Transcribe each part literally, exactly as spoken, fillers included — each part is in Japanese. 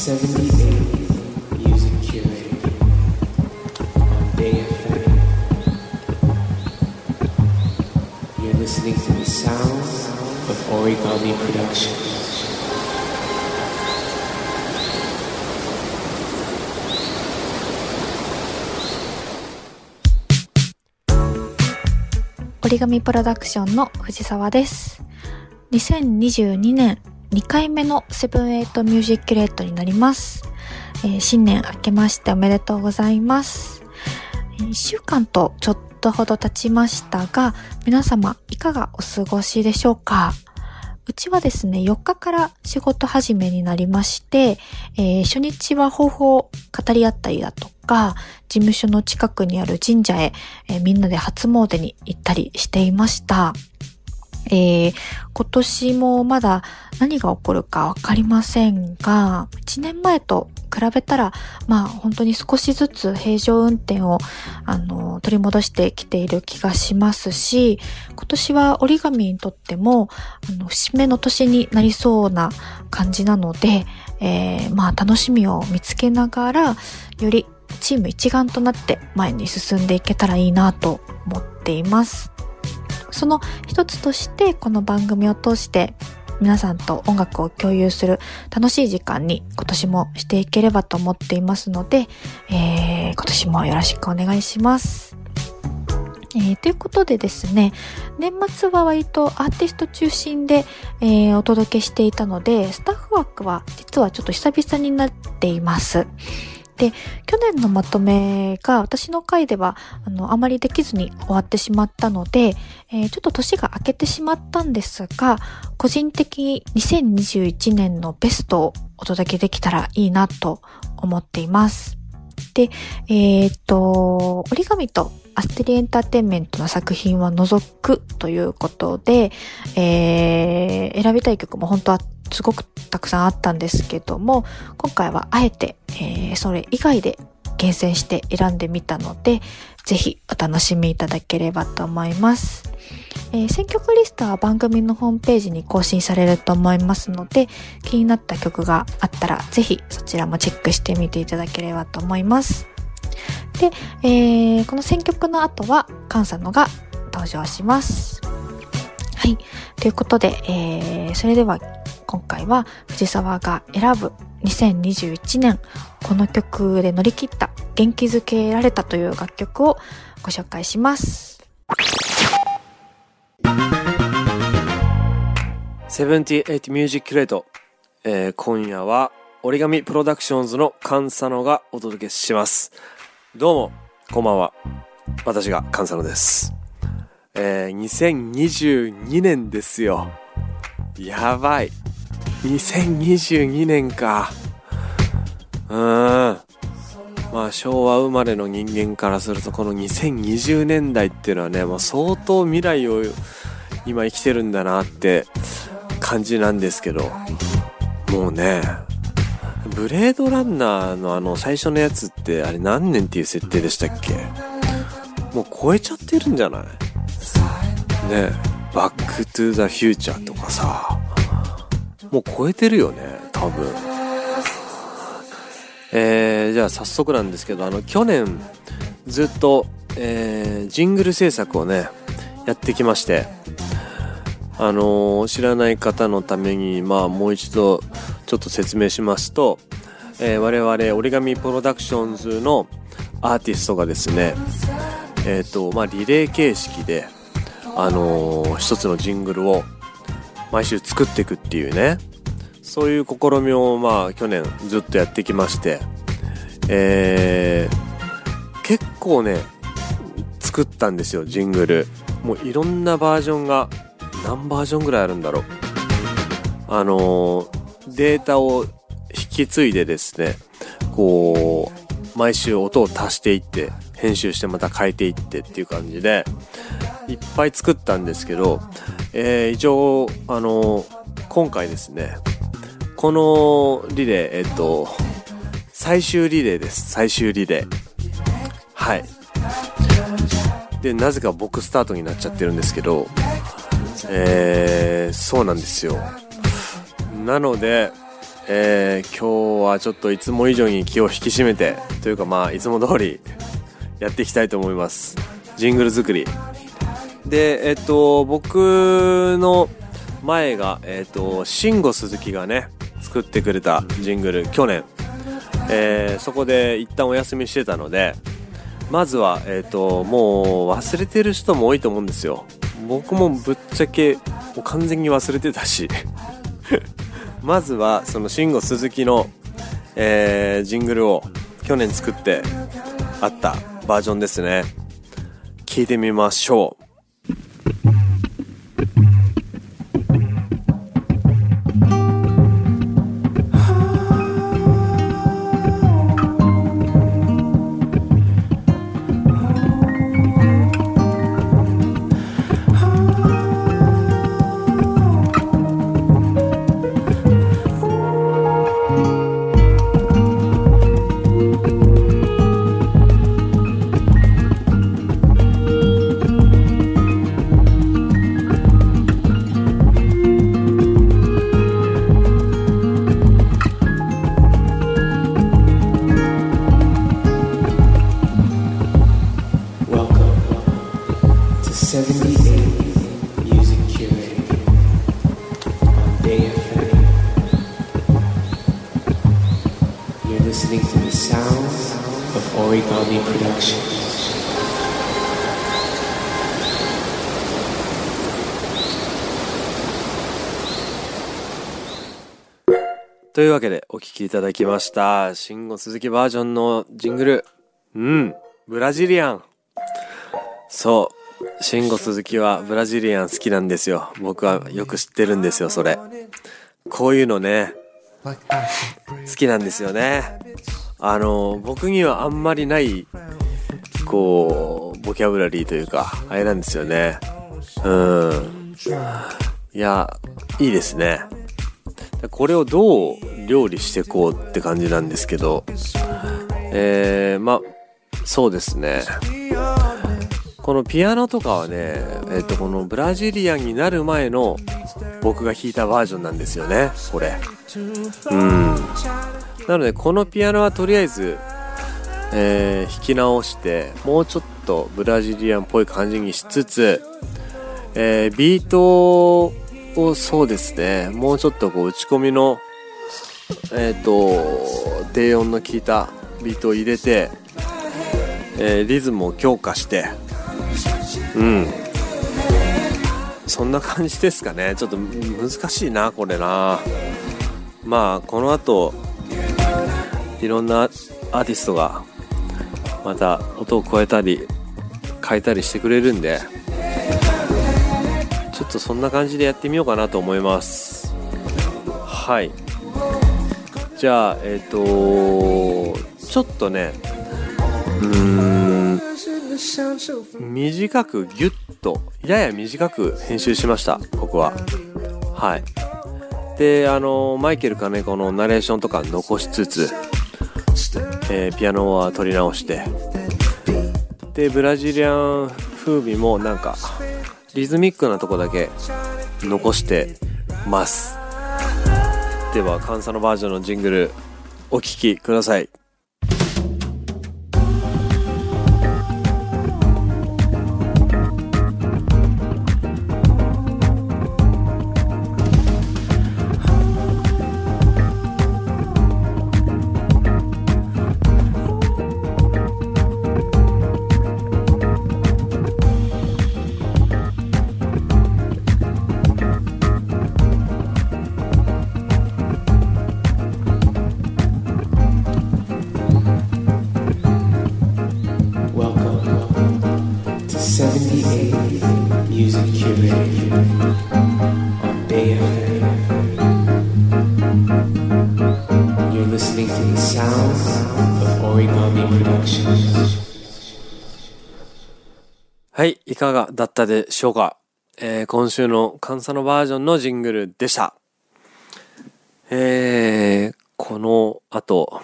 seventy-eight Music Curator on Bay エフエム. You're listening to the sounds of Origami Productions. 折り紙プロダクションの藤沢です。にせんにじゅうにねんにかいめのセブンエイトミュージックキュレートになります。えー、新年明けましておめでとうございます。いっしゅうかんとちょっとほど経ちましたが、皆様いかがお過ごしでしょうか。うちはですね、よっかから仕事始めになりまして、えー、初日は抱負を語り合ったりだとか、事務所の近くにある神社へ、えー、みんなで初詣に行ったりしていました。えー、今年もまだ何が起こるかわかりませんが、いちねんまえと比べたら、まあ本当に少しずつ平常運転をあの取り戻してきている気がしますし、今年は折り紙にとってもあの節目の年になりそうな感じなので、えー、まあ楽しみを見つけながら、よりチーム一丸となって前に進んでいけたらいいなと思っています。その一つとしてこの番組を通して皆さんと音楽を共有する楽しい時間に今年もしていければと思っていますので、えー、今年もよろしくお願いします。えー、ということでですね、年末は割とアーティスト中心で、えー、お届けしていたので、スタッフ枠は実はちょっと久々になっています。で、去年のまとめが私の回ではあのあまりできずに終わってしまったので、えー、ちょっと年が明けてしまったんですが、個人的ににせんにじゅういちねんのベストをお届けできたらいいなと思っています。で、えっと、折り紙とアステリエンターテインメントの作品は除くということで、えー、選びたい曲も本当はすごくたくさんあったんですけども、今回はあえて、えー、それ以外で厳選して選んでみたので、ぜひお楽しみいただければと思います。えー、選曲リストは番組のホームページに更新されると思いますので、気になった曲があったらぜひそちらもチェックしてみていただければと思います。で、えー、この選曲の後はカンサノが登場します。はい、ということで、えー、それでは今回は藤沢が選ぶにせんにじゅういちねんこの曲で乗り切った元気づけられたという楽曲をご紹介します。 セブンティエイトミュージックキュレート、えー、今夜は折り紙プロダクションズのカンサノがお届けします。どうもこんばんは、私がカンサノです。えー、にせんにじゅうにねんですよ。やばい、にせんにじゅうにねんか。うーんまあ昭和生まれの人間からすると、このにせんにじゅうねんだいっていうのはね、もう相当未来を今生きてるんだなって感じなんですけど、もうね、ブレードランナーのあの最初のやつってあれ何年っていう設定でしたっけ？もう超えちゃってるんじゃない？ね、バックトゥザフューチャーとかさ、もう超えてるよね、多分。えー、じゃあ早速なんですけど、あの去年ずっと、えー、ジングル制作をねやってきまして、あのー、知らない方のためにまあもう一度ちょっと説明しますと、えー、我々折り紙プロダクションズのアーティストがですね、えっとまあリレー形式であのー、一つのジングルを毎週作っていくっていうね、そういう試みをまあ去年ずっとやってきまして、えー、結構ね作ったんですよ、ジングル。もういろんなバージョンが何バージョンぐらいあるんだろう。あのー、データを引き継いでですね、こう毎週音を足していって編集してまた変えていってっていう感じでいっぱい作ったんですけど、えー、一応あのー、今回ですね、このリレー、えっと最終リレーです。最終リレー。はい。で、なぜか僕スタートになっちゃってるんですけど、えー、そうなんですよ。なので、 えー、今日はちょっといつも以上に気を引き締めてというかまあいつも通りやっていきたいと思います。ジングル作りで、えっと僕の前がえっと慎吾鈴木がね作ってくれたジングル、去年、えー、そこで一旦お休みしてたので、まずはえっともう忘れてる人も多いと思うんですよ。僕もぶっちゃけもう完全に忘れてたしまずはその慎吾鈴木の、えー、ジングルを去年作ってあったバージョンですね。聞いてみましょう。 Listening to the sounds of Origami Productions. というわけでお聴きいただきました慎吾鈴木バージョンのジングル、うんブラジリアン。そう慎吾鈴木はブラジリアン好きなんですよ。僕はよく知ってるんですよ。それこういうのね好きなんですよね。あの僕にはあんまりないこうボキャブラリーというかあれなんですよね。うんいやいいですね。これをどう料理してこうって感じなんですけど、えー、まそうですね、このピアノとかはね、えっとこのブラジリアンになる前の僕が弾いたバージョンなんですよねこれ。うんなのでこのピアノはとりあえず、えー、弾き直してもうちょっとブラジリアンっぽい感じにしつつ、えー、ビートをそうですねもうちょっとこう打ち込みのえっと低音の効いたビートを入れて、えー、リズムを強化してうんそんな感じですかね。ちょっと難しいなこれな。まあこの後いろんなアーティストがまた音を加えたり変えたりしてくれるんで、ちょっとそんな感じでやってみようかなと思います。はいじゃあえっとちょっとねうーん短くギュッとやや短く編集しました僕は。はいであのマイケル金子のナレーションとか残しつつ、えー、ピアノは取り直してでブラジリアン風味もなんかリズミックなとこだけ残してます。ではカンサのバージョンのジングルお聴きください。 Music Curated on Bay エフエム. You're listening to the sounds of Origami Productions. はい、いかがだったでしょうか。えー、今週のカンサのバージョンのジングルでした。えー、この後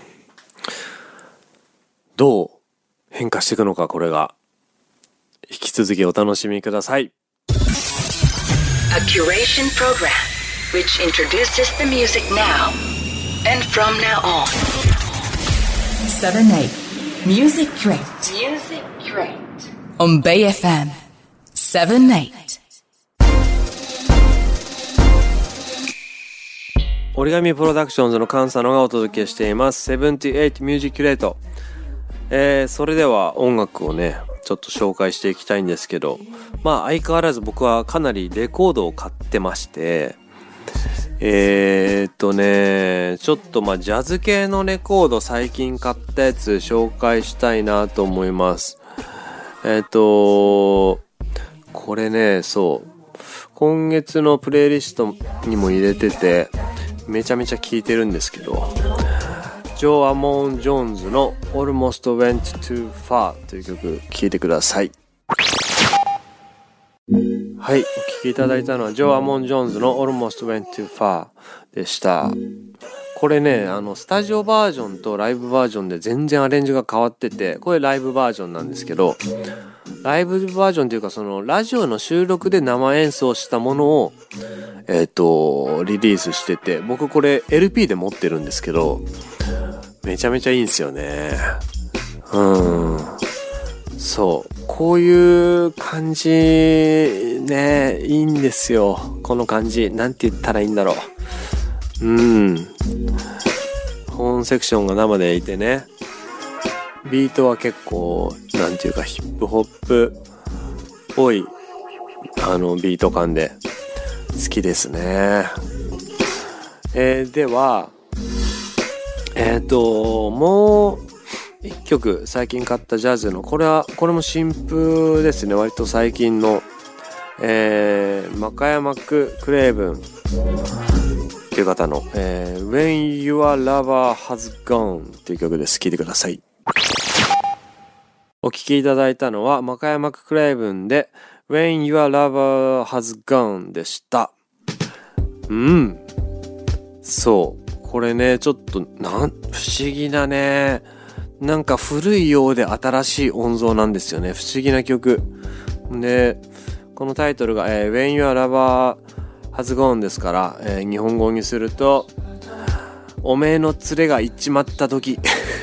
どう変化していくのか、これが引き続きお楽しみください。 A curation program which introduces the music now And from now on, seven eight Music Crate. Music Crate. On Bay エフエム セブンエイト。 折り紙プロダクションズの菅佐野がお届けしていますセブンティエイトミュージックレート。えー、それでは音楽をねちょっと紹介していきたいんですけど、まあ相変わらず僕はかなりレコードを買ってまして、えーっとねちょっとまあジャズ系のレコード最近買ったやつ紹介したいなと思います。えーっとこれねそう今月のプレイリストにも入れててめちゃめちゃ聴いてるんですけど、ジョー・アモン・ジョーンズの Almost Went Too Far という曲聴いてください。はい、お聴きいただいたのはジョー・アモン・ジョーンズの Almost Went Too Far でした。これねあのスタジオバージョンとライブバージョンで全然アレンジが変わってて、これライブバージョンなんですけど、ライブバージョンというかそのラジオの収録で生演奏したものをえっとリリースしてて、僕これ エルピー で持ってるんですけどめちゃめちゃいいんですよね。うんそうこういう感じねいいんですよ。この感じなんて言ったらいいんだろう。うん本セクションが生でいてね、ビートは結構なんていうかヒップホップっぽいあのビート感で好きですね。えー、ではえっともう一曲最近買ったジャズのこれはこれも新譜ですね。割と最近の、えー、マカヤマック・クレイブンっていう方の、えー、When Your Lover Has Gone っていう曲です。聴いてください。お聴きいただいたのはマカヤマック・クレイブンで When Your Lover Has Gone でした。うんそうこれねちょっとなん不思議なねなんか古いようで新しい音像なんですよね。不思議な曲で、このタイトルが、えー、When Your Lover Has Gone ですから、えー、日本語にするとおめえの連れが行っちまった時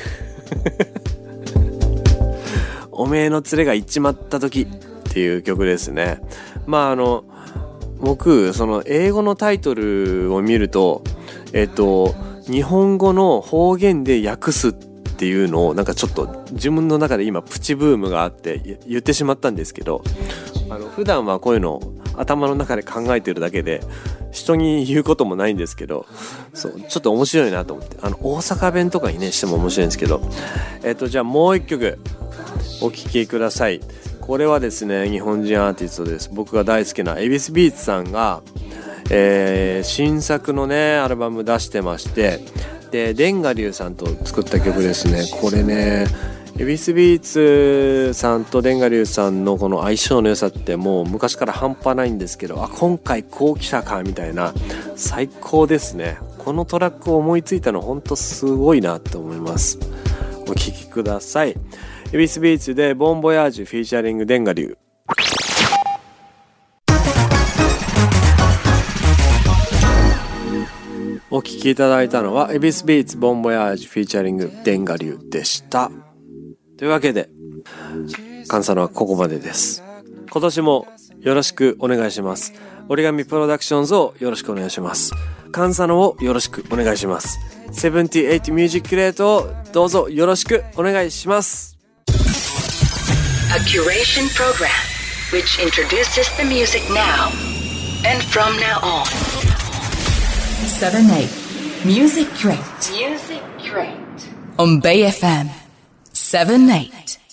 おめえの連れが行っちまった時っていう曲ですね。まああの僕その英語のタイトルを見るとえっと日本語の方言で訳すっていうのをなんかちょっと自分の中で今プチブームがあって言ってしまったんですけど、あの普段はこういうのを頭の中で考えてるだけで人に言うこともないんですけど、そうちょっと面白いなと思って、あの大阪弁とかにねしても面白いんですけど、えっとじゃあもう一曲お聴きください。これはですね日本人アーティストです。僕が大好きなエビスビーツさんが、えー、新作のねアルバム出してまして、でデンガリュウさんと作った曲ですね。これねエビスビーツさんとデンガリュウさんのこの相性の良さってもう昔から半端ないんですけど、あ今回こう来たかみたいな最高ですね。このトラックを思いついたの本当すごいなと思います。お聴きください。エビスビーツでボンボヤージュフィーチャリングデンガリュウ。お聴きいただいたのはエビスビーツボンボヤージュフィーチャリングデンガリュウでした。というわけで菅佐野はここまでです。今年もよろしくお願いします。折り紙プロダクションズをよろしくお願いします。菅佐野をよろしくお願いします。セブンティエイトミュージックレートをどうぞよろしくお願いします。 A curation program which introduces the music now and from now on. seven eight Music Crate. Music Crate. On Bay エフエム セブンエイト。